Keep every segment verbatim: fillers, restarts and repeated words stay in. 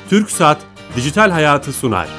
TürkSat Dijital Hayatı sunar.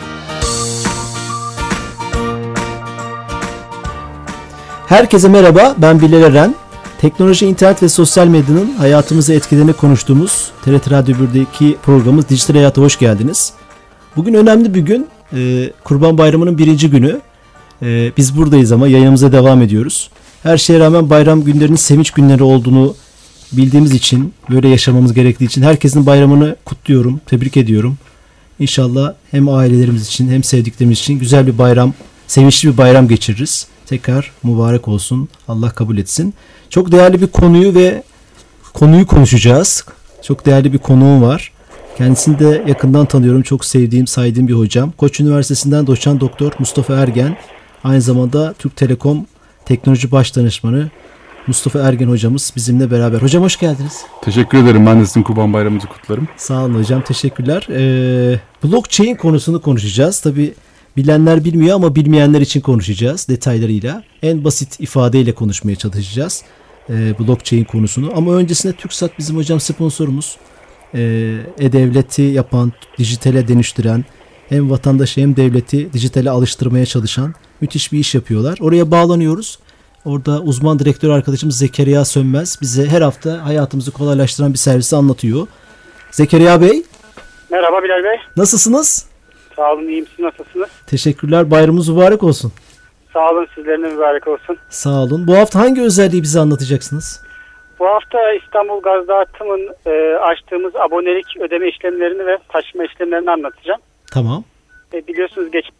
Herkese merhaba, ben Bilal Eren. Teknoloji, internet ve sosyal medyanın hayatımızı etkilerini konuştuğumuz T R T Radyo bir'deki programımız Dijital Hayat'a hoş geldiniz. Bugün önemli bir gün, ee, Kurban Bayramı'nın birinci günü. Ee, biz buradayız ama yayınımıza devam ediyoruz. Her şeye rağmen bayram günlerinin sevinç günleri olduğunu bildiğimiz için, böyle yaşamamız gerektiği için herkesin bayramını kutluyorum, tebrik ediyorum. İnşallah hem ailelerimiz için hem sevdiklerimiz için güzel bir bayram, sevinçli bir bayram geçiririz. Tekrar mübarek olsun, Allah kabul etsin. Çok değerli bir konuyu ve konuyu konuşacağız. Çok değerli bir konuğum var. Kendisini de yakından tanıyorum, çok sevdiğim, saydığım bir hocam. Koç Üniversitesi'nden doçent doktor Mustafa Ergen, aynı zamanda Türk Telekom Teknoloji Başdanışmanı Mustafa Ergen hocamız bizimle beraber. Hocam hoş geldiniz. Teşekkür ederim. Ben de sizin Kurban Bayramınızı kutlarım. Sağ olun hocam. Teşekkürler. Ee, blockchain konusunu konuşacağız. Tabii bilenler bilmiyor ama bilmeyenler için konuşacağız detaylarıyla. En basit ifadeyle konuşmaya çalışacağız ee, blockchain konusunu. Ama öncesinde TürkSat bizim hocam sponsorumuz. Ee, E-Devlet'i yapan, dijitale dönüştüren, hem vatandaşı hem devleti dijitale alıştırmaya çalışan müthiş bir iş yapıyorlar. Oraya bağlanıyoruz. Orada uzman direktör arkadaşımız Zekeriya Sönmez bize her hafta hayatımızı kolaylaştıran bir servisi anlatıyor. Zekeriya Bey. Merhaba Bilal Bey. Nasılsınız? Sağ olun, iyiyim. Siz nasılsınız? Teşekkürler. Bayramınız mübarek olsun. Sağ olun, sizlerin de mübarek olsun. Sağ olun. Bu hafta hangi özelliği bize anlatacaksınız? Bu hafta İstanbul Gaz Dağıtım'ın e, açtığımız abonelik ödeme işlemlerini ve taşıma işlemlerini anlatacağım. Tamam. E, biliyorsunuz geç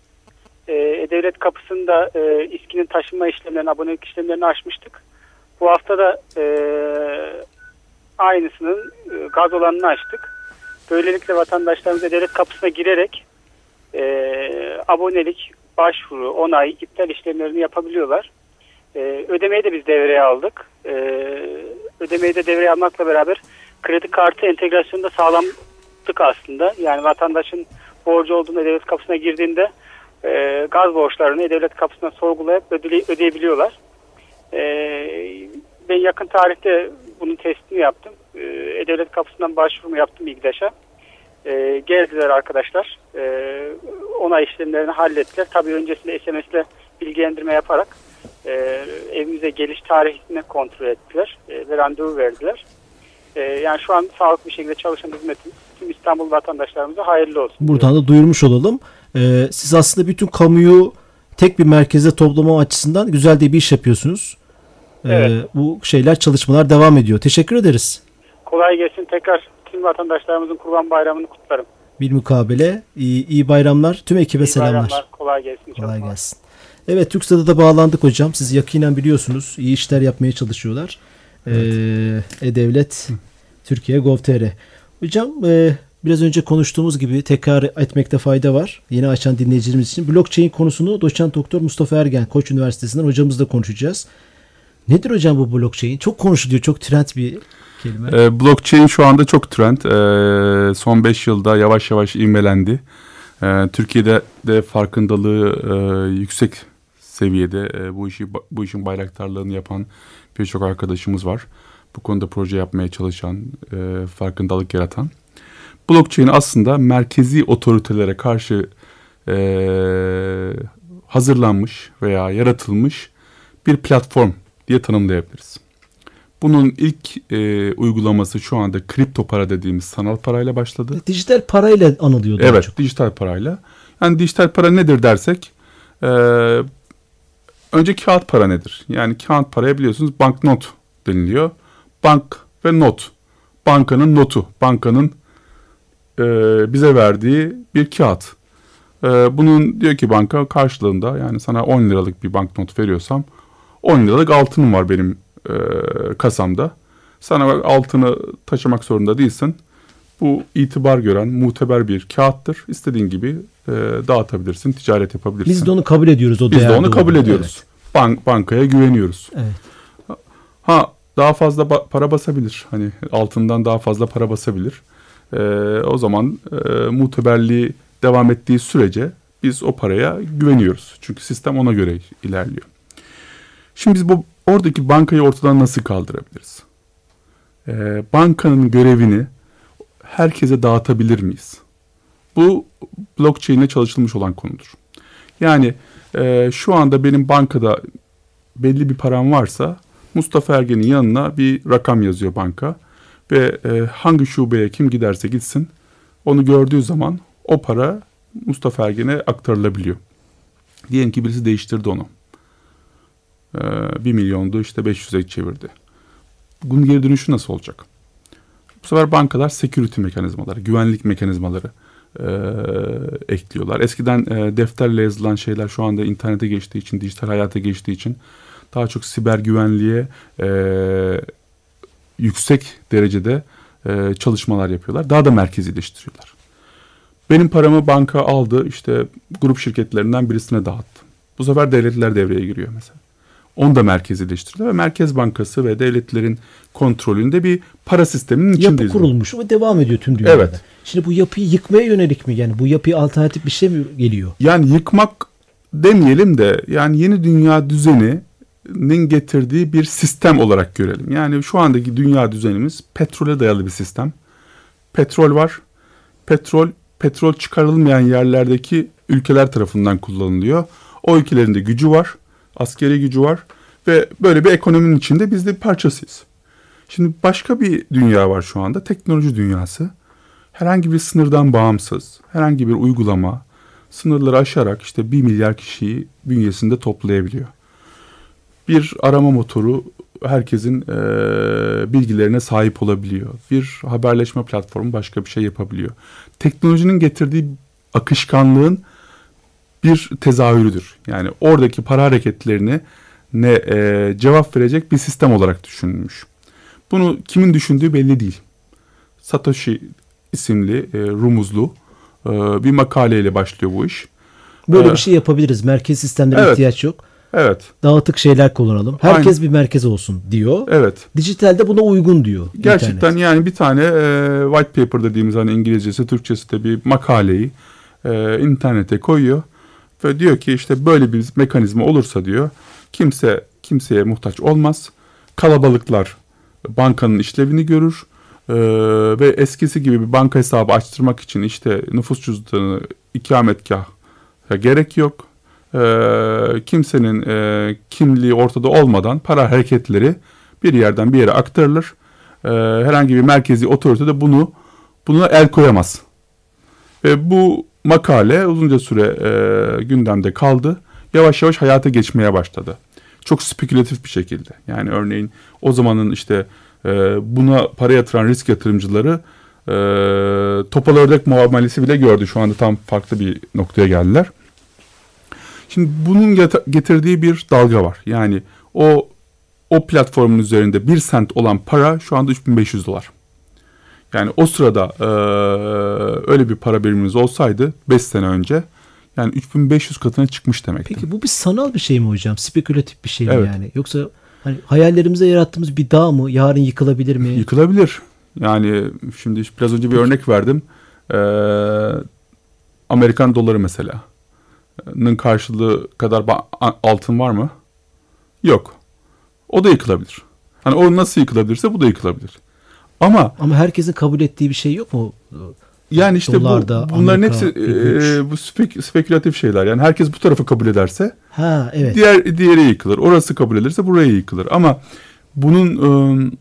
e, devlet kapısında e, İSKİ'nin taşınma işlemlerini, abonelik işlemlerini açmıştık. Bu hafta da e, aynısının e, gaz olanını açtık. Böylelikle vatandaşlarımız devlet kapısına girerek e, abonelik, başvuru, onay, iptal işlemlerini yapabiliyorlar. E, ödemeyi de biz devreye aldık. E, ödemeyi de devreye almakla beraber kredi kartı entegrasyonu da sağladık aslında. Yani vatandaşın borcu olduğunda devlet kapısına girdiğinde e, gaz borçlarını devlet kapısına sorgulayıp öde, ödeyebiliyorlar. E, ben yakın tarihte bunun testini yaptım. E, devlet kapısından başvurumu yaptım İGDAŞ'a. E, geldiler arkadaşlar. E, onay işlemlerini hallettiler. Tabii öncesinde S M S'le bilgilendirme yaparak e, evimize geliş tarihini kontrol ettiler e, ve randevu verdiler. E, yani şu an sağlıklı bir şekilde çalışan hizmetimiz tüm İstanbul vatandaşlarımıza hayırlı olsun. Buradan da duyurmuş olalım. Ee, siz aslında bütün kamuyu tek bir merkeze toplama açısından güzel de bir iş yapıyorsunuz. Ee, evet. Bu şeyler, çalışmalar devam ediyor. Teşekkür ederiz. Kolay gelsin. Tekrar tüm vatandaşlarımızın Kurban Bayramı'nı kutlarım. Bir mukabele. İyi, iyi bayramlar. Tüm ekibe iyi selamlar. Bayramlar. Kolay gelsin. Kolay gelsin. Evet, TürkSat'a da bağlandık hocam. Siz yakinen biliyorsunuz. İyi işler yapmaya çalışıyorlar. Evet. Ee, E-Devlet, Türkiye nokta gov nokta tr. Hocam e, biraz önce konuştuğumuz gibi tekrar etmekte fayda var. Yeni açan dinleyicilerimiz için. Blockchain konusunu doçent doktor Mustafa Ergen, Koç Üniversitesi'nden hocamızla konuşacağız. Nedir hocam bu blockchain? Çok konuşuluyor. Çok trend bir kelime. Ee, blockchain şu anda çok trend. Ee, son beş yılda yavaş yavaş ivmelendi. Ee, Türkiye'de de farkındalığı e, yüksek seviyede e, bu işi bu işin bayraktarlığını yapan birçok arkadaşımız var. Bu konuda proje yapmaya çalışan, e, farkındalık yaratan. Blockchain aslında merkezi otoritelere karşı e, hazırlanmış veya yaratılmış bir platform diye tanımlayabiliriz. Bunun ilk e, uygulaması şu anda kripto para dediğimiz sanal parayla başladı. Dijital parayla anılıyor. Evet, çok. dijital parayla. Yani dijital para nedir dersek, e, önce kağıt para nedir? Yani kağıt paraya biliyorsunuz banknot deniliyor. Bank ve not. Bankanın notu. Bankanın e, bize verdiği bir kağıt. E, bunun diyor ki banka karşılığında, yani sana on liralık bir banknot veriyorsam on liralık altınım var benim e, kasamda. Sana altını taşımak zorunda değilsin. Bu itibar gören muteber bir kağıttır. İstediğin gibi e, dağıtabilirsin, ticaret yapabilirsin. Biz de onu kabul ediyoruz. O Biz de onu kabul olarak. ediyoruz. Evet. Bank, bankaya güveniyoruz. Evet. Ha, daha fazla ba- para basabilir. Hani altından daha fazla para basabilir. Ee, o zaman e, muteberliği devam ettiği sürece biz o paraya güveniyoruz. Çünkü sistem ona göre ilerliyor. Şimdi biz bu oradaki bankayı ortadan nasıl kaldırabiliriz? Ee, bankanın görevini herkese dağıtabilir miyiz? Bu blockchain ile çalışılmış olan konudur. Yani e, şu anda benim bankada belli bir param varsa Mustafa Ergen'in yanına bir rakam yazıyor banka ve e, hangi şubeye kim giderse gitsin onu gördüğü zaman o para Mustafa Ergen'e aktarılabiliyor. Diyelim ki birisi değiştirdi onu. E, bir milyondu işte beş yüze çevirdi. Bunun geri dönüşü nasıl olacak? Bu sefer bankalar security mekanizmaları, güvenlik mekanizmaları e, ekliyorlar. Eskiden e, defterle yazılan şeyler şu anda internete geçtiği için, dijital hayata geçtiği için daha çok siber güvenliğe e, yüksek derecede e, çalışmalar yapıyorlar. Daha da merkezileştiriyorlar. Benim paramı banka aldı, işte grup şirketlerinden birisine dağıttı. Bu sefer devletler devreye giriyor mesela. Onu da merkezileştiriyorlar ve Merkez Bankası ve devletlerin kontrolünde bir para sisteminin içindeyiz. Yapı kurulmuş ve devam ediyor tüm dünyada. Evet. Şimdi bu yapıyı yıkmaya yönelik mi? Yani bu yapıya alternatif bir şey mi geliyor? Yani yıkmak demeyelim de yani yeni dünya düzeninin getirdiği bir sistem olarak görelim. Yani şu andaki dünya düzenimiz petrole dayalı bir sistem. Petrol var. Petrol, petrol çıkarılmayan yerlerdeki ülkeler tarafından kullanılıyor. O ülkelerin de gücü var. Askeri gücü var ve böyle bir ekonominin içinde biz de bir parçasıyız. Şimdi başka bir dünya var şu anda, teknoloji dünyası. Herhangi bir sınırdan bağımsız, herhangi bir uygulama sınırları aşarak işte bir milyar kişiyi bünyesinde toplayabiliyor. Bir arama motoru herkesin e, bilgilerine sahip olabiliyor. Bir haberleşme platformu başka bir şey yapabiliyor. Teknolojinin getirdiği akışkanlığın bir tezahürüdür. Yani oradaki para hareketlerine ne e, cevap verecek bir sistem olarak düşünülmüş. Bunu kimin düşündüğü belli değil. Satoshi isimli e, rumuzlu e, bir makaleyle başlıyor bu iş. Böyle ee, bir şey yapabiliriz. Merkez sistemlere evet, ihtiyaç yok. Evet. Dağıtık şeyler kullanalım. Herkes Aynen. bir merkez olsun diyor. Evet. Dijitalde buna uygun diyor. Gerçekten internet. yani bir tane e, white paper dediğimiz hani İngilizcesi, Türkçesi de bir makaleyi e, internete koyuyor. Ve diyor ki işte böyle bir mekanizma olursa diyor kimse kimseye muhtaç olmaz. Kalabalıklar bankanın işlevini görür ee, ve eskisi gibi bir banka hesabı açtırmak için işte nüfus cüzdanı, ikametgah gerek yok. Ee, kimsenin e, kimliği ortada olmadan para hareketleri bir yerden bir yere aktarılır. Ee, herhangi bir merkezi otorite de bunu buna el koyamaz. Ve bu makale uzunca süre e, gündemde kaldı. Yavaş yavaş hayata geçmeye başladı. Çok spekülatif bir şekilde. Yani örneğin o zamanın işte e, buna para yatıran risk yatırımcıları e, topal ördek muamelesi bile gördü. Şu anda tam farklı bir noktaya geldiler. Şimdi bunun getirdiği bir dalga var. Yani o o platformun üzerinde bir sent olan para şu anda üç bin beş yüz dolar. Yani o sırada e, öyle bir para birimimiz olsaydı beş sene önce yani üç bin beş yüz katına çıkmış demekti. Peki bu bir sanal bir şey mi hocam? Spekülatif bir şey mi Evet. yani? Yoksa hani hayallerimize yarattığımız bir dağ mı? Yarın yıkılabilir mi? Yıkılabilir. Yani şimdi biraz önce bir örnek verdim. Ee, Amerikan doları mesela. Nın karşılığı kadar ba- altın var mı? Yok. O da yıkılabilir. Hani o nasıl yıkılabilirse bu da yıkılabilir. Ama Ama herkesin kabul ettiği bir şey yok mu? yani işte bu, Dolarda, bunların Amerika, hepsi e, bu spek, spekülatif şeyler. Yani herkes bu tarafı kabul ederse Ha evet. diğer diğeri yıkılır. Orası kabul edilirse buraya yıkılır. Ama bunun e,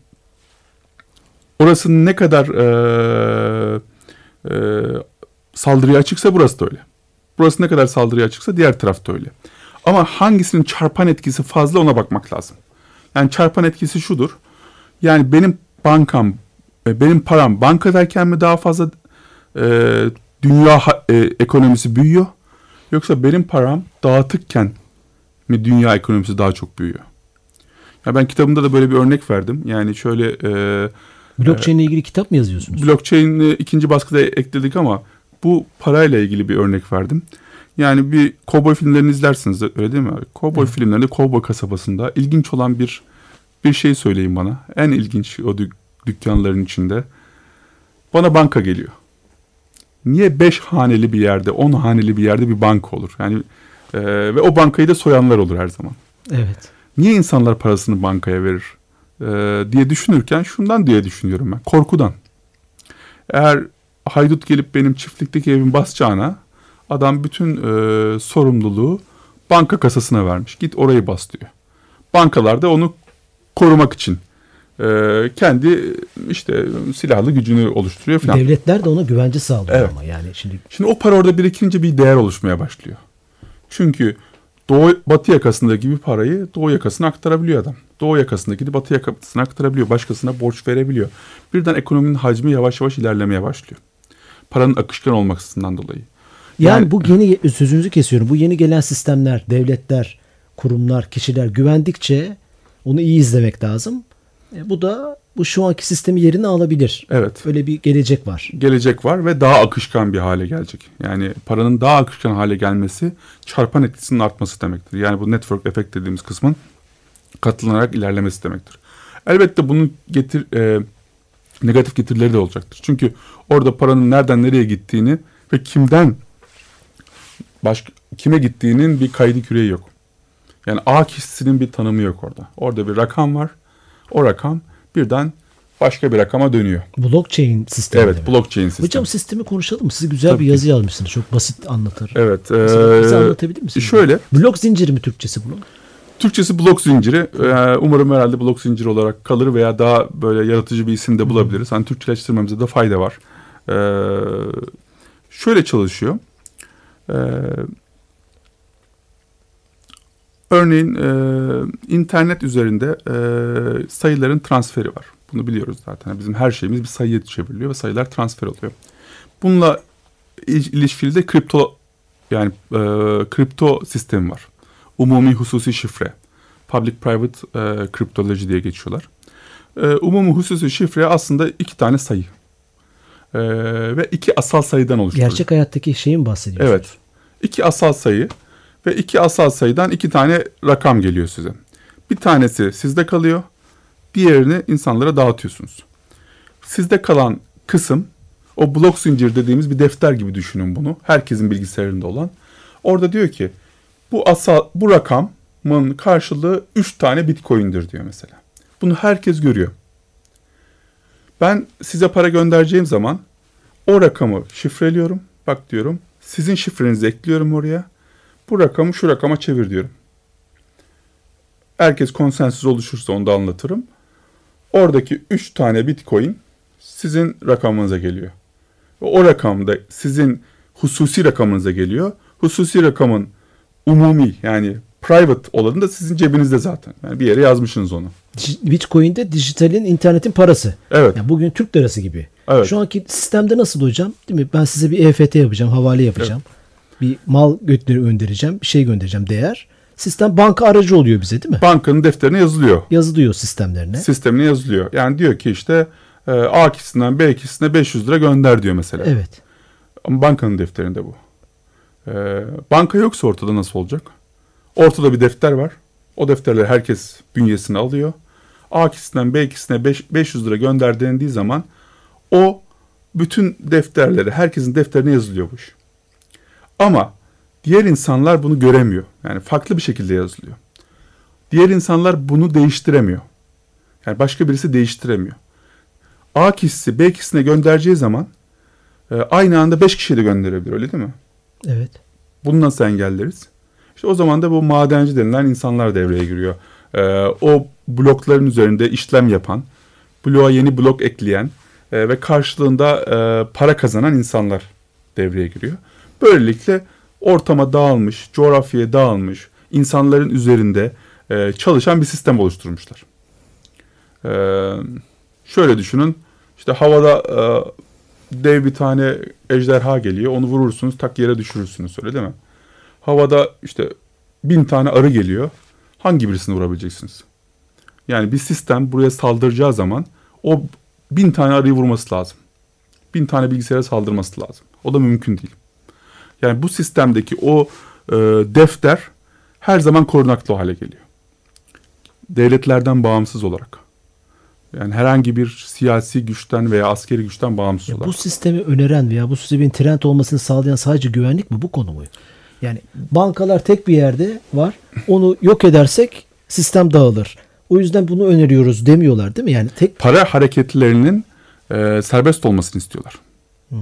orası ne kadar e, e, saldırıya açıksa burası da öyle. Burası ne kadar saldırıya açıksa diğer taraf da öyle. Ama hangisinin çarpan etkisi fazla ona bakmak lazım. Yani çarpan etkisi şudur. Yani benim bankam, benim param bankadayken mi daha fazla e, dünya e, ekonomisi büyüyor? Yoksa benim param dağıtıkken mi dünya ekonomisi daha çok büyüyor? Ya ben kitabımda da böyle bir örnek verdim. Yani şöyle e, Blockchain ile ilgili kitap mı yazıyorsunuz? blockchain'i ikinci baskıda ekledik ama bu parayla ilgili bir örnek verdim. Yani bir kovboy filmlerini izlersiniz öyle değil mi? Kovboy evet. filmlerinde kovboy kasabasında ilginç olan bir bir şey söyleyin bana. En ilginç o dük- dükkanların içinde. Bana banka geliyor. Niye beş haneli bir yerde, on haneli bir yerde bir banka olur? Yani e, ve o bankayı da soyanlar olur her zaman. Evet. Niye insanlar parasını bankaya verir e, diye düşünürken şundan diye düşünüyorum ben. Korkudan. Eğer haydut gelip benim çiftlikteki evimi basacağına adam bütün e, sorumluluğu banka kasasına vermiş. Git orayı bas diyor. Bankalar da onu korumak için e, kendi işte silahlı gücünü oluşturuyor falan. Devletler de ona güvence sağlıyor evet. ama yani şimdi. Şimdi o para orada birikince bir değer oluşmaya başlıyor. Çünkü doğu batı yakasındaki bir parayı doğu yakasına aktarabiliyor adam. Doğu yakasındaki batı yakasına aktarabiliyor. Başkasına borç verebiliyor. Birden ekonominin hacmi yavaş yavaş ilerlemeye başlıyor. Paranın akışkan olmasından dolayı. Yani, Yani bu yeni, sözünüzü kesiyorum. Bu yeni gelen sistemler, devletler, kurumlar, kişiler güvendikçe onu iyi izlemek lazım. E, bu da bu şu anki sistemi yerini alabilir. Evet. Öyle bir gelecek var. Gelecek var ve daha akışkan bir hale gelecek. Yani paranın daha akışkan hale gelmesi çarpan etkisinin artması demektir. Yani bu network effect dediğimiz kısmın katılarak ilerlemesi demektir. Elbette bunun getir e, negatif getirileri de olacaktır. Çünkü orada paranın nereden nereye gittiğini ve kimden başka kime gittiğinin bir kaydı küreği yok. Yani A kişisinin bir tanımı yok orada. Orada bir rakam var. O rakam birden başka bir rakama dönüyor. Blockchain sistemi. Evet, blockchain sistemi. Hocam sistemi konuşalım mı? Siz güzel Tabii bir ki. yazı yazmışsınız. Çok basit anlatır. Evet. Mesela bize Ee, anlatabilir misiniz? şöyle. Blok zinciri mi Türkçesi bunun? Türkçesi blok zinciri. Ee, umarım herhalde blok zinciri olarak kalır veya daha böyle yaratıcı bir isim de bulabiliriz. Hani Türkçeleştirmemize de fayda var. Ee, şöyle çalışıyor. Ee, örneğin e, internet üzerinde e, sayıların transferi var. Bunu biliyoruz zaten. Bizim her şeyimiz bir sayıya çevriliyor ve sayılar transfer oluyor. Bununla ilişkili de kripto yani e, kripto sistemi var. Umumi hususi şifre. Public private e, cryptology diye geçiyorlar. E, umumi hususi şifre aslında iki tane sayı. E, ve iki asal sayıdan oluşturuluyor. Gerçek hayattaki şeyi mi bahsediyorsunuz? Evet. İki asal sayı ve iki asal sayıdan iki tane rakam geliyor size. Bir tanesi sizde kalıyor. Diğerini insanlara dağıtıyorsunuz. Sizde kalan kısım o blok zincir dediğimiz bir defter gibi düşünün bunu. Herkesin bilgisayarında olan. Orada diyor ki bu asal bu rakamın karşılığı üç tane Bitcoin'dir diyor mesela. Bunu herkes görüyor. Ben size para göndereceğim zaman o rakamı şifreliyorum. Bak diyorum. Sizin şifrenizi ekliyorum oraya. Bu rakamı şu rakama çevir diyorum. Herkes konsensüs oluşursa onu da anlatırım. Oradaki üç tane Bitcoin sizin rakamınıza geliyor. Ve o rakam da sizin hususi rakamınıza geliyor. Hususi rakamın umumi yani private olanı da sizin cebinizde zaten. Yani bir yere yazmışsınız onu. Bitcoin de dijitalin, internetin parası. Evet. Yani bugün Türk lirası gibi. Evet. Şu anki sistemde nasıl hocam? Değil mi? Ben size bir E F T yapacağım, havale yapacağım. Evet. Bir mal göndereceğim, bir şey göndereceğim, değer. Sistem banka aracı oluyor bize değil mi? Bankanın defterine yazılıyor. Yazılıyor sistemlerine. Sistemine yazılıyor. Yani diyor ki işte A kişisinden B kişisine beş yüz lira gönder diyor mesela. Evet. Ama bankanın defterinde bu. Ee, banka yoksa ortada nasıl olacak? Ortada bir defter var. O defterleri herkes bünyesine alıyor. A kişisinden B kişisine beş yüz lira gönder dendiği zaman o bütün defterleri, herkesin defterine yazılıyor bu iş. Ama diğer insanlar bunu göremiyor. Yani farklı bir şekilde yazılıyor. Diğer insanlar bunu değiştiremiyor. Yani başka birisi değiştiremiyor. A kişisi B kişisine göndereceği zaman e, aynı anda beş kişiye de gönderebilir, öyle değil mi? Evet. Bunu nasıl engelleriz? İşte o zaman da bu madenci denilen insanlar devreye giriyor. E, o blokların üzerinde işlem yapan, bloğa yeni blok ekleyen e, ve karşılığında e, para kazanan insanlar devreye giriyor. Böylelikle ortama dağılmış, coğrafyaya dağılmış, insanların üzerinde e, çalışan bir sistem oluşturmuşlar. E, şöyle düşünün, işte havada e, dev bir tane ejderha geliyor, onu vurursunuz, tak yere düşürürsünüz, öyle değil mi? Havada işte bin tane arı geliyor, hangi birisini vurabileceksiniz? Yani bir sistem buraya saldıracağı zaman o bin tane arıyı vurması lazım. Bin tane bilgisayara saldırması lazım. O da mümkün değil. Yani bu sistemdeki o e, defter her zaman korunaklı hale geliyor. Devletlerden bağımsız olarak. Yani herhangi bir siyasi güçten veya askeri güçten bağımsız Ya olarak. bu sistemi öneren veya bu sistemin trend olmasını sağlayan sadece güvenlik mi, bu konu mu? Yani bankalar tek bir yerde var. Onu yok edersek sistem dağılır. O yüzden bunu öneriyoruz demiyorlar değil mi? Yani tek Para hareketlerinin e, serbest olmasını istiyorlar. Hmm.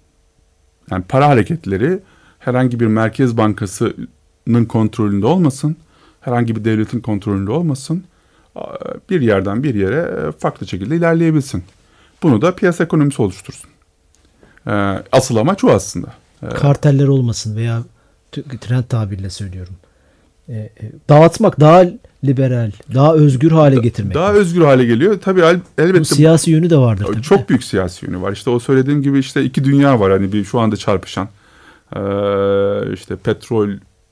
Yani para hareketleri herhangi bir merkez bankasının kontrolünde olmasın, herhangi bir devletin kontrolünde olmasın, bir yerden bir yere farklı şekilde ilerleyebilsin. Bunu da piyasa ekonomisi oluştursun. Ee, asıl amaç o aslında. Ee, Karteller olmasın veya trend tabirle söylüyorum. Ee, dağıtmak, daha liberal, daha özgür hale getirmek. Daha mi? özgür hale geliyor. Tabii el, elbette. Bu siyasi yönü de vardır tabii. Çok büyük siyasi yönü var. İşte o söylediğim gibi işte iki dünya var. Hani bir şu anda çarpışan. Ee, işte petrol,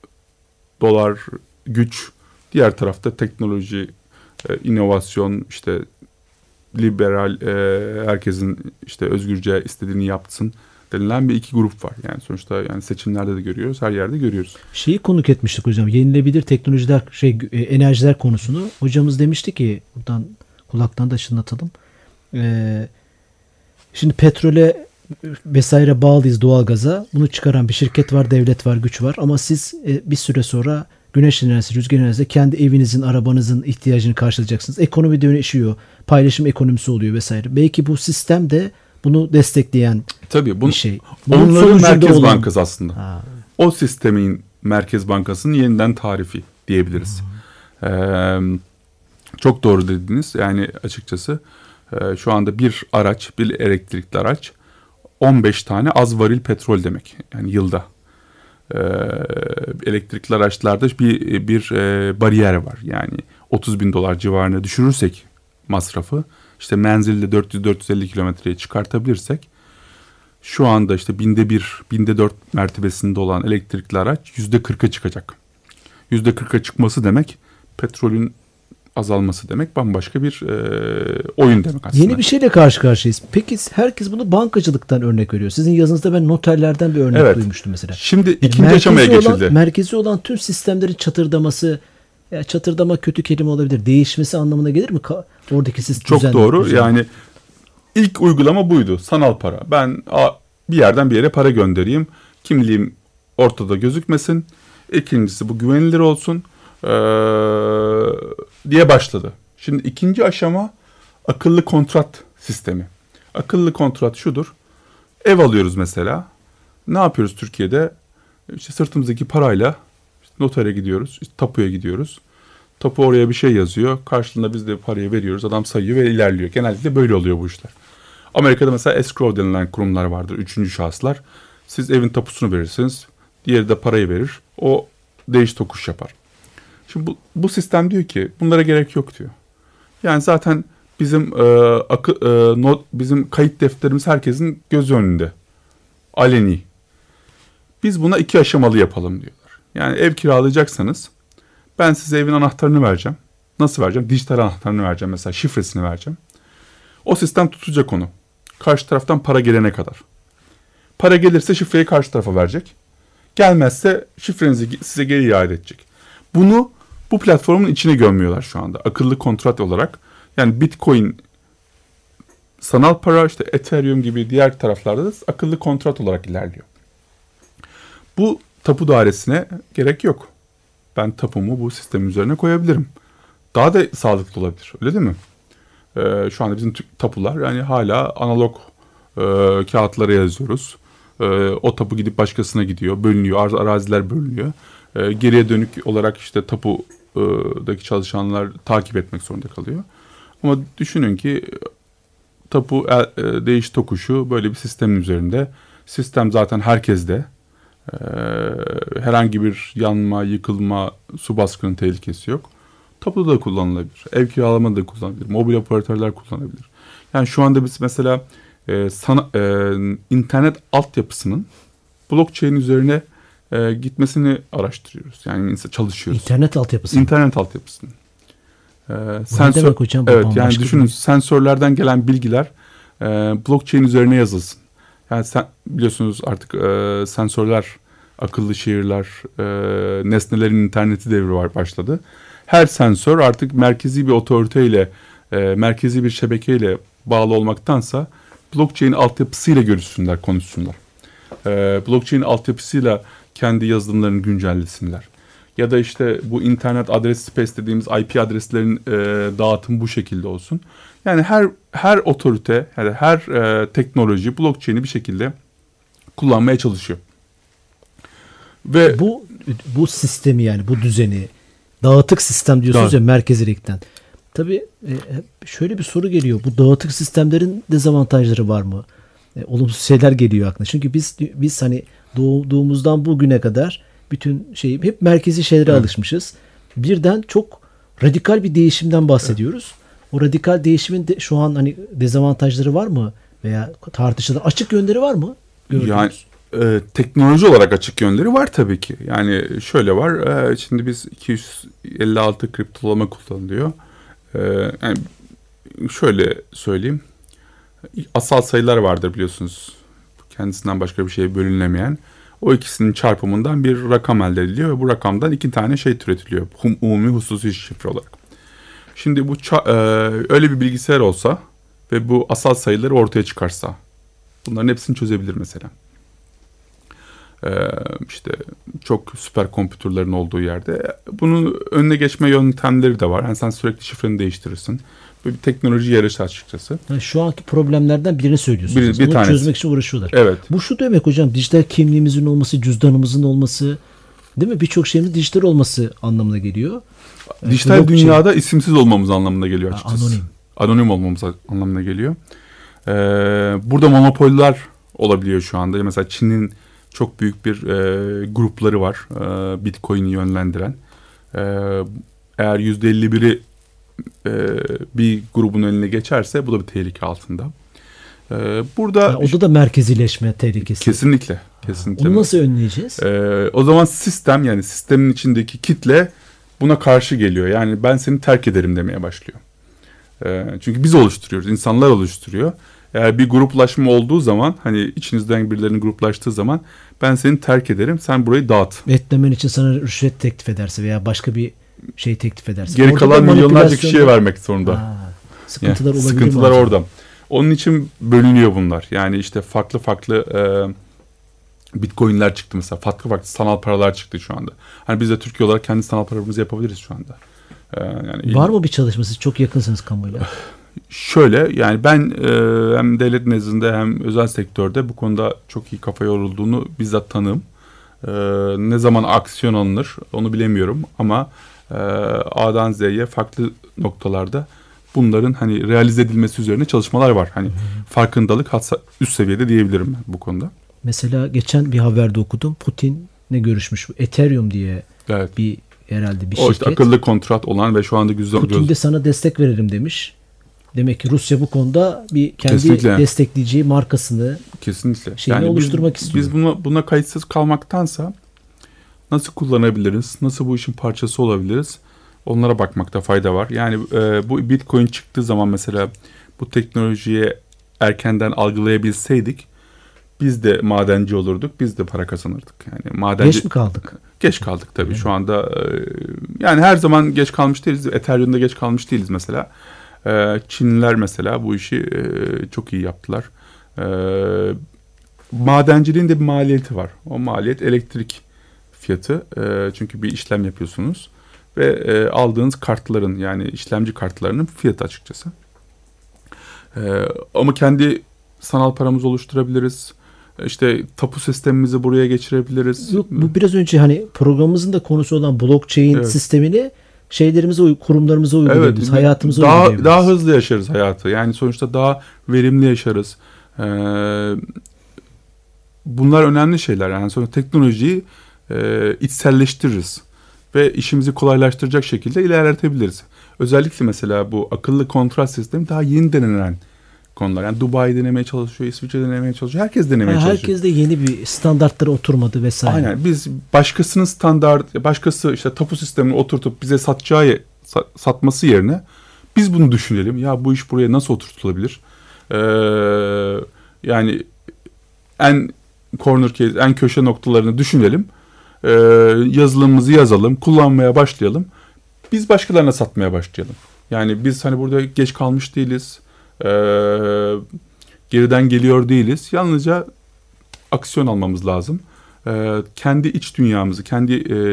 dolar, güç. Diğer tarafta teknoloji, e, inovasyon, işte liberal, e, herkesin işte özgürce istediğini yapsın denilen bir iki grup var. Yani sonuçta yani seçimlerde de görüyoruz, her yerde görüyoruz. Şeyi konuk etmiştik hocam. Yenilebilir teknolojiler, şey enerjiler konusunu. Hocamız demişti ki buradan kulaktan da çınlatalım. Ee, şimdi petrole vesaire bağlıyız, doğalgaza. Bunu çıkaran bir şirket var, devlet var, güç var. Ama siz e, bir süre sonra güneş enerjisi, rüzgar enerjisi kendi evinizin, arabanızın ihtiyacını karşılayacaksınız. Ekonomi dönüşüyor. Paylaşım ekonomisi oluyor vesaire. Belki bu sistem de bunu destekleyen Tabii, bunu, bir şey. Bunun onların Merkez olan... Bankası aslında. Ha. O sistemin Merkez Bankası'nın yeniden tarifi diyebiliriz. Hmm. Ee, çok doğru dediniz. Yani açıkçası e, şu anda bir araç, bir elektrikli araç on beş tane az varil petrol demek. Yani yılda. Ee, elektrikli araçlarda bir, bir e, bariyer var. Yani otuz bin dolar civarına düşürürsek masrafı, işte menzilde dört yüz dört yüz elli kilometreye çıkartabilirsek, şu anda işte binde bir, binde dört mertebesinde olan elektrikli araç yüzde kırka çıkacak. Yüzde kırka çıkması demek petrolün azalması demek, bambaşka bir e, oyun demek aslında. Yeni bir şeyle karşı karşıyayız. Peki herkes bunu bankacılıktan örnek veriyor. Sizin yazınızda ben noterlerden bir örnek evet. duymuştum mesela. Şimdi yani ikinci aşamaya olan, geçildi. Merkezi olan tüm sistemlerin çatırdaması, ya çatırdama kötü kelime olabilir, değişmesi anlamına gelir mi? Ka- oradaki sistem çok düzen, doğru. düzen. Yani ilk uygulama buydu. Sanal para. Ben bir yerden bir yere para göndereyim. Kimliğim ortada gözükmesin. İkincisi bu güvenilir olsun. Ee, diye başladı. Şimdi ikinci aşama akıllı kontrat sistemi. Akıllı kontrat şudur. Ev alıyoruz mesela. Ne yapıyoruz Türkiye'de? İşte sırtımızdaki parayla işte notere gidiyoruz. İşte tapuya gidiyoruz. Tapu oraya bir şey yazıyor. Karşılığında biz de parayı veriyoruz. Adam sayıyor ve ilerliyor. Genellikle böyle oluyor bu işler. Amerika'da mesela escrow denilen kurumlar vardır. Üçüncü şahıslar. Siz evin tapusunu verirsiniz. Diğeri de parayı verir. O değiş tokuş yapar. Şimdi bu, bu sistem diyor ki bunlara gerek yok diyor. Yani zaten bizim e, akı, e, not, bizim kayıt defterimiz herkesin göz önünde. Aleni. Biz buna iki aşamalı yapalım diyorlar. Yani ev kiralayacaksanız ben size evin anahtarını vereceğim. Nasıl vereceğim? Dijital anahtarını vereceğim mesela, şifresini vereceğim. O sistem tutacak onu. Karşı taraftan para gelene kadar. Para gelirse şifreyi karşı tarafa verecek. Gelmezse şifrenizi size geri iade edecek. Bunu bu platformun içine gömüyorlar şu anda. Akıllı kontrat olarak. Yani Bitcoin, sanal para, işte Ethereum gibi diğer taraflarda da akıllı kontrat olarak ilerliyor. Bu tapu dairesine gerek yok. Ben tapumu bu sistemin üzerine koyabilirim. Daha da sağlıklı olabilir. Öyle değil mi? Ee, şu anda bizim tapular yani hala analog e, kağıtlara yazıyoruz. E, o tapu gidip başkasına gidiyor. Bölünüyor. Araziler bölünüyor. E, geriye dönük olarak işte tapudaki çalışanlar takip etmek zorunda kalıyor. Ama düşünün ki tapu e, değiş tokuşu böyle bir sistemin üzerinde. Sistem zaten herkeste. E, herhangi bir yanma, yıkılma, su baskını tehlikesi yok. Tapuda da kullanılabilir. Ev kiralamada da kullanılabilir. Mobil operatörler kullanabilir. Yani şu anda biz mesela e, sana, e, internet altyapısının blockchain üzerine e, gitmesini araştırıyoruz. Yani çalışıyoruz. İnternet altyapısı. İnternet altyapısının. E, sensör, demek hocam? Evet, yani düşünün, sensörlerden gelen bilgiler e, blockchain üzerine yazılsın. Yani sen, biliyorsunuz artık e, sensörler, akıllı şehirler, e, nesnelerin interneti devri var başladı. Her sensör artık merkezi bir otoriteyle, e, merkezi bir şebekeyle bağlı olmaktansa blockchain altyapısıyla görüşsünler, konuşsunlar. E, blockchain altyapısıyla kendi yazılımlarını güncellesinler. Ya da işte bu internet adres space dediğimiz I P adreslerin e, dağıtım bu şekilde olsun. Yani her her otorite, yani her e, teknoloji blockchain'i bir şekilde kullanmaya çalışıyor. Ve Bu bu sistemi, yani bu düzeni, dağıtık sistem diyorsunuz Dağıt. ya, merkezilikten. Tabii e, şöyle bir soru geliyor. Bu dağıtık sistemlerin dezavantajları var mı? E, olumsuz şeyler geliyor aklına. Çünkü biz biz hani doğduğumuzdan bugüne kadar bütün şey hep merkezi şeylere Evet. alışmışız. Birden çok radikal bir değişimden bahsediyoruz. O radikal değişimin de şu an hani dezavantajları var mı? Veya tartışılan açık yönleri var mı? Gördüğünüz. Yani e, teknoloji olarak açık yönleri var tabii ki. Yani şöyle var. E, şimdi biz iki yüz elli altı kriptolama kullanılıyor. E, yani şöyle söyleyeyim. Asal sayılar vardır biliyorsunuz. Kendisinden başka bir şeye bölünemeyen. O ikisinin çarpımından bir rakam elde ediliyor ve bu rakamdan iki tane şey türetiliyor. Hum, umumi hususi şifre olarak. Şimdi bu ça- e, öyle bir bilgisayar olsa ve bu asal sayıları ortaya çıkarsa bunların hepsini çözebilir mesela. E, işte çok süper kompütürlerin olduğu yerde bunun önüne geçme yöntemleri de var. Yani sen sürekli şifreni değiştirirsin. Böyle bir teknoloji yarışı açıkçası. Yani şu anki problemlerden birini söylüyorsunuz. Bir- bir Bunu tanesi. çözmek için uğraşıyorlar. Evet. Bu şu demek hocam, dijital kimliğimizin olması, cüzdanımızın olması, değil mi? Birçok şeyimiz dijital olması anlamına geliyor. Dijital Blockchain. dünyada isimsiz olmamız anlamına geliyor Ha, açıkçası. anonim. Anonim olmamız anlamına geliyor. Ee, burada monopoller olabiliyor şu anda. Mesela Çin'in çok büyük bir e, grupları var. E, Bitcoin'i yönlendiren. E, eğer yüzde elli biri e, bir grubun eline geçerse bu da bir tehlike altında. E, burada Yani orada da merkezileşme tehlikesi. kesinlikle. Kesinlikle. Onu nasıl önleyeceğiz? Ee, o zaman sistem, yani sistemin içindeki kitle buna karşı geliyor. Yani ben seni terk ederim demeye başlıyor. Ee, çünkü biz oluşturuyoruz, insanlar oluşturuyor. Eğer bir gruplaşma olduğu zaman, hani içinizden birilerinin gruplaştığı zaman ben seni terk ederim, sen burayı dağıt. Etlemen için sana rüşvet teklif ederse veya başka bir şey teklif ederse. Geri Orada kalan da milyonlarca kişiye manipülasyonda- vermek zorunda. Ha, sıkıntılar Yani olabilir mi sıkıntılar acaba? orada. Onun için bölünüyor bunlar. Yani işte farklı farklı e, Bitcoin'ler çıktı mesela. Farklı farklı sanal paralar çıktı şu anda. Hani biz de Türkiye olarak kendi sanal paramızı yapabiliriz şu anda. E, yani Var mı bir çalışması? Çok yakınsınız kamuyla. Şöyle, yani ben e, hem devlet nezdinde hem özel sektörde bu konuda çok iyi kafa yorulduğunu bizzat tanığım. E, ne zaman aksiyon alınır onu bilemiyorum ama e, A'dan Z'ye farklı noktalarda bunların hani realize edilmesi üzerine çalışmalar var. Hani farkındalık hatta üst seviyede diyebilirim ben bu konuda. Mesela geçen bir haberde okudum. Putin'le görüşmüş. Ethereum diye Evet. bir herhalde bir O işte şirket. akıllı kontrat olan ve şu anda güzel Putin de sana destek verelim demiş. Demek ki Rusya bu konuda bir kendi Kesinlikle. destekleyeceği markasını, kesinlikle şeyini biz- oluşturmak istiyor. Biz buna buna kayıtsız kalmaktansa nasıl kullanabiliriz? Nasıl bu işin parçası olabiliriz? Onlara bakmakta fayda var. Yani e, bu Bitcoin çıktığı zaman mesela bu teknolojiye erkenden algılayabilseydik biz de madenci olurduk, biz de para kazanırdık. Yani madenci geç mi kaldık? geç kaldık tabii şu anda. E, yani her zaman geç kalmış değiliz. Ethereum'da geç kalmış değiliz mesela. E, Çinliler mesela bu işi e, çok iyi yaptılar. E, madenciliğin de bir maliyeti var. O maliyet elektrik fiyatı. E, çünkü bir işlem yapıyorsunuz ve e, aldığınız kartların, yani işlemci kartlarının fiyatı açıkçası. E, ama kendi sanal paramızı oluşturabiliriz. İşte tapu sistemimizi buraya geçirebiliriz. Yok, bu biraz önce hani programımızın da konusu olan blockchain Evet. sistemini şeylerimize, uy- kurumlarımıza uygulayabiliriz. Evet, hayatımıza daha uygulayabiliriz. daha hızlı yaşarız hayatı. Yani sonuçta daha verimli yaşarız. Ee, bunlar önemli şeyler. Yani sonra teknolojiyi e, içselleştiririz ve işimizi kolaylaştıracak şekilde ilerletebiliriz. Özellikle mesela bu akıllı kontrol sistemi daha yeni denenen konular. Yani Dubai denemeye çalışıyor, İsviçre denemeye çalışıyor. Herkes denemeye Ha, çalışıyor. herkes de yeni bir standartlara oturmadı vesaire. Aynen. Biz başkasının standart, başkası işte tapu sistemini oturtup bize satacağı sa- satması yerine biz bunu düşünelim. Ya bu iş buraya nasıl oturtulabilir? Ee, yani en corner case, en köşe noktalarını düşünelim. Ee, yazılımımızı yazalım, kullanmaya başlayalım. Biz başkalarına satmaya başlayalım. Yani biz hani burada geç kalmış değiliz. Ee, geriden geliyor değiliz. Yalnızca aksiyon almamız lazım. Ee, kendi iç dünyamızı, kendi e,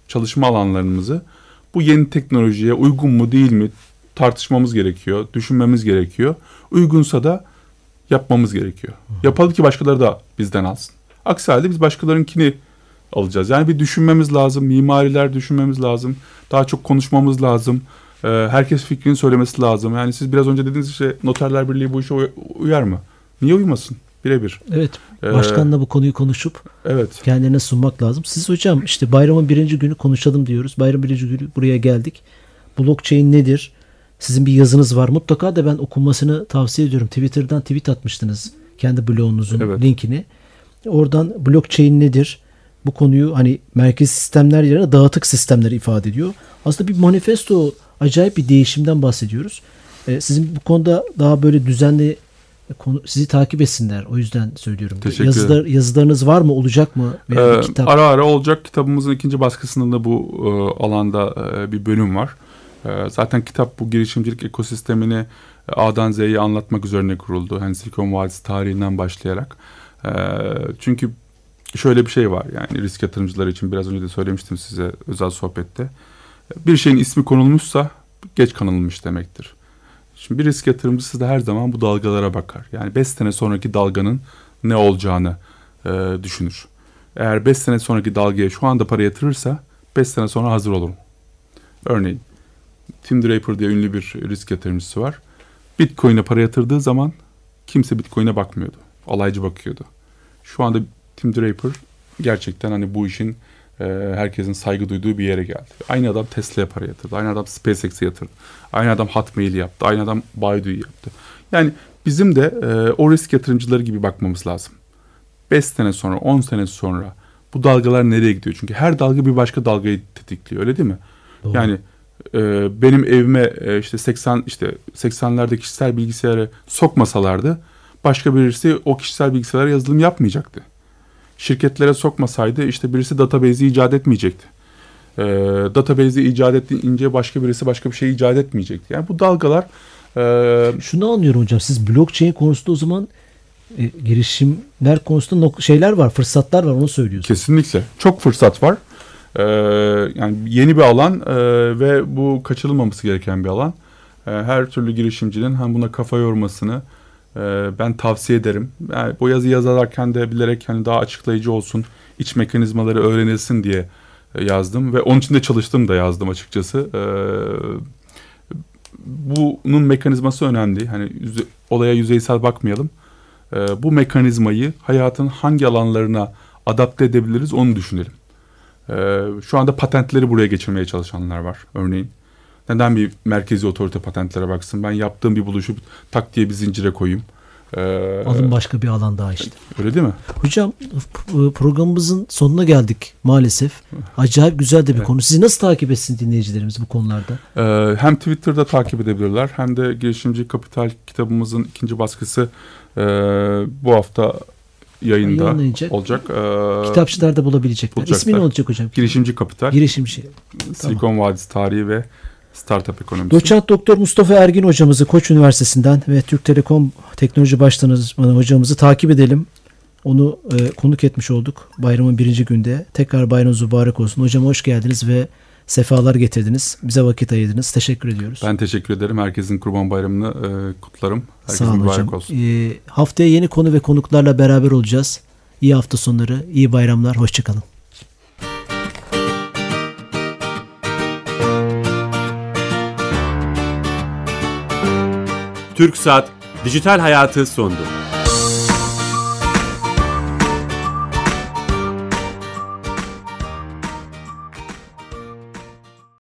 çalışma alanlarımızı bu yeni teknolojiye uygun mu değil mi tartışmamız gerekiyor, düşünmemiz gerekiyor. Uygunsa da yapmamız gerekiyor. Yapalım ki başkaları da bizden alsın. Aksi halde biz başkalarınkini alacağız. Yani bir düşünmemiz lazım, mimariler düşünmemiz lazım, daha çok konuşmamız lazım. Ee, herkes fikrini söylemesi lazım. Yani siz biraz önce dediğiniz işte Noterler Birliği bu işe uy- uyar mı? Niye uymasın? Birebir. Evet. Başkanla ee, bu konuyu konuşup evet. kendilerine sunmak lazım. Siz hocam işte bayramın birinci günü konuşalım diyoruz. Bayram birinci günü buraya geldik. Blockchain nedir? Sizin bir yazınız var. Mutlaka da ben okunmasını tavsiye ediyorum. Twitter'dan tweet atmıştınız. Kendi blogunuzun evet. linkini. Oradan blockchain nedir? Bu konuyu hani merkezi sistemler yerine dağıtık sistemleri ifade ediyor. Aslında bir manifesto, acayip bir değişimden bahsediyoruz. Ee, sizin bu konuda daha böyle düzenli konu, sizi takip etsinler. O yüzden söylüyorum. Yazılar, yazılarınız var mı? Olacak mı? Ee, kitap... Ara ara olacak. Kitabımızın ikinci baskısında da bu e, alanda e, bir bölüm var. E, zaten kitap bu girişimcilik ekosistemini e, A'dan Z'ye anlatmak üzerine kuruldu. Hani Silikon Vadisi tarihinden başlayarak. E, çünkü şöyle bir şey var. Yani risk yatırımcıları için biraz önce de söylemiştim size özel sohbette. Bir şeyin ismi konulmuşsa geç konulmuş demektir. Şimdi bir risk yatırımcısı da her zaman bu dalgalara bakar. Yani beş sene sonraki dalganın ne olacağını e, düşünür. Eğer beş sene sonraki dalgaya şu anda para yatırırsa beş sene sonra hazır olurum. Örneğin Tim Draper diye ünlü bir risk yatırımcısı var. Bitcoin'e para yatırdığı zaman kimse Bitcoin'e bakmıyordu. Alaycı bakıyordu. Şu anda Tim Draper gerçekten hani bu işin e, herkesin saygı duyduğu bir yere geldi. Aynı adam Tesla'ya para yatırdı. Aynı adam SpaceX'e yatırdı. Aynı adam Hotmail'i yaptı. Aynı adam Baidu'yu yaptı. Yani bizim de e, o risk yatırımcıları gibi bakmamız lazım. beş sene sonra, on sene sonra bu dalgalar nereye gidiyor? Çünkü her dalga bir başka dalgayı tetikliyor. Öyle değil mi? Doğru. Yani e, benim evime e, işte seksen işte seksenlerde kişisel bilgisayarı sokmasalardı başka birisi o kişisel bilgisayara yazılım yapmayacaktı. Şirketlere sokmasaydı işte birisi database'i icat etmeyecekti. Ee, database'i icat ettiğince başka birisi başka bir şey icat etmeyecekti. Yani bu dalgalar... E... Şunu anlıyorum hocam. Siz blockchain konusunda o zaman e, girişimler konusunda nok- şeyler var, fırsatlar var, onu söylüyorsunuz. Kesinlikle. Çok fırsat var. Ee, yani yeni bir alan e, ve bu kaçırılmaması gereken bir alan. E, her türlü girişimcinin hem buna kafa yormasını ben tavsiye ederim. Yani bu yazı yazarken de bilerek hani daha açıklayıcı olsun, iç mekanizmaları öğrenilsin diye yazdım ve onun için de çalıştım da yazdım açıkçası. Ee, bunun mekanizması önemli. Hani yüze, olaya yüzeysel bakmayalım. Ee, bu mekanizmayı hayatın hangi alanlarına adapte edebiliriz onu düşünelim. Ee, şu anda patentleri buraya geçirmeye çalışanlar var örneğin. Neden bir merkezi otorite patentlere baksın? Ben yaptığım bir buluşu tak diye bir zincire koyayım. Ee, Alın başka bir alan daha işte. Öyle değil mi? Hocam programımızın sonuna geldik maalesef. Acayip güzel de bir evet. konu. Sizi nasıl takip etsin dinleyicilerimiz bu konularda? Ee, hem Twitter'da takip edebilirler hem de Girişimci Kapital kitabımızın ikinci baskısı e, bu hafta yayında olacak. Ee, Kitapçılarda bulabilecekler. İsmi ne olacak hocam? Girişimci Kapital. Girişimci. Silikon tamam. Vadisi tarihi ve startup ekonomisi. Doçent Doktor Mustafa Ergin hocamızı Koç Üniversitesi'nden ve Türk Telekom Teknoloji Başdanışmanı hocamızı takip edelim. Onu e, konuk etmiş olduk bayramın birinci günde. Tekrar bayramınız mübarek olsun. Hocam hoş geldiniz ve sefalar getirdiniz. Bize vakit ayırdınız. Teşekkür ediyoruz. Ben teşekkür ederim. Herkesin Kurban Bayramı'nı e, kutlarım. Herkesin Sağ olun mübarek hocam. olsun. E, haftaya yeni konu ve konuklarla beraber olacağız. İyi hafta sonları, iyi bayramlar. Hoşçakalın. TürkSat Dijital Hayatı sondu.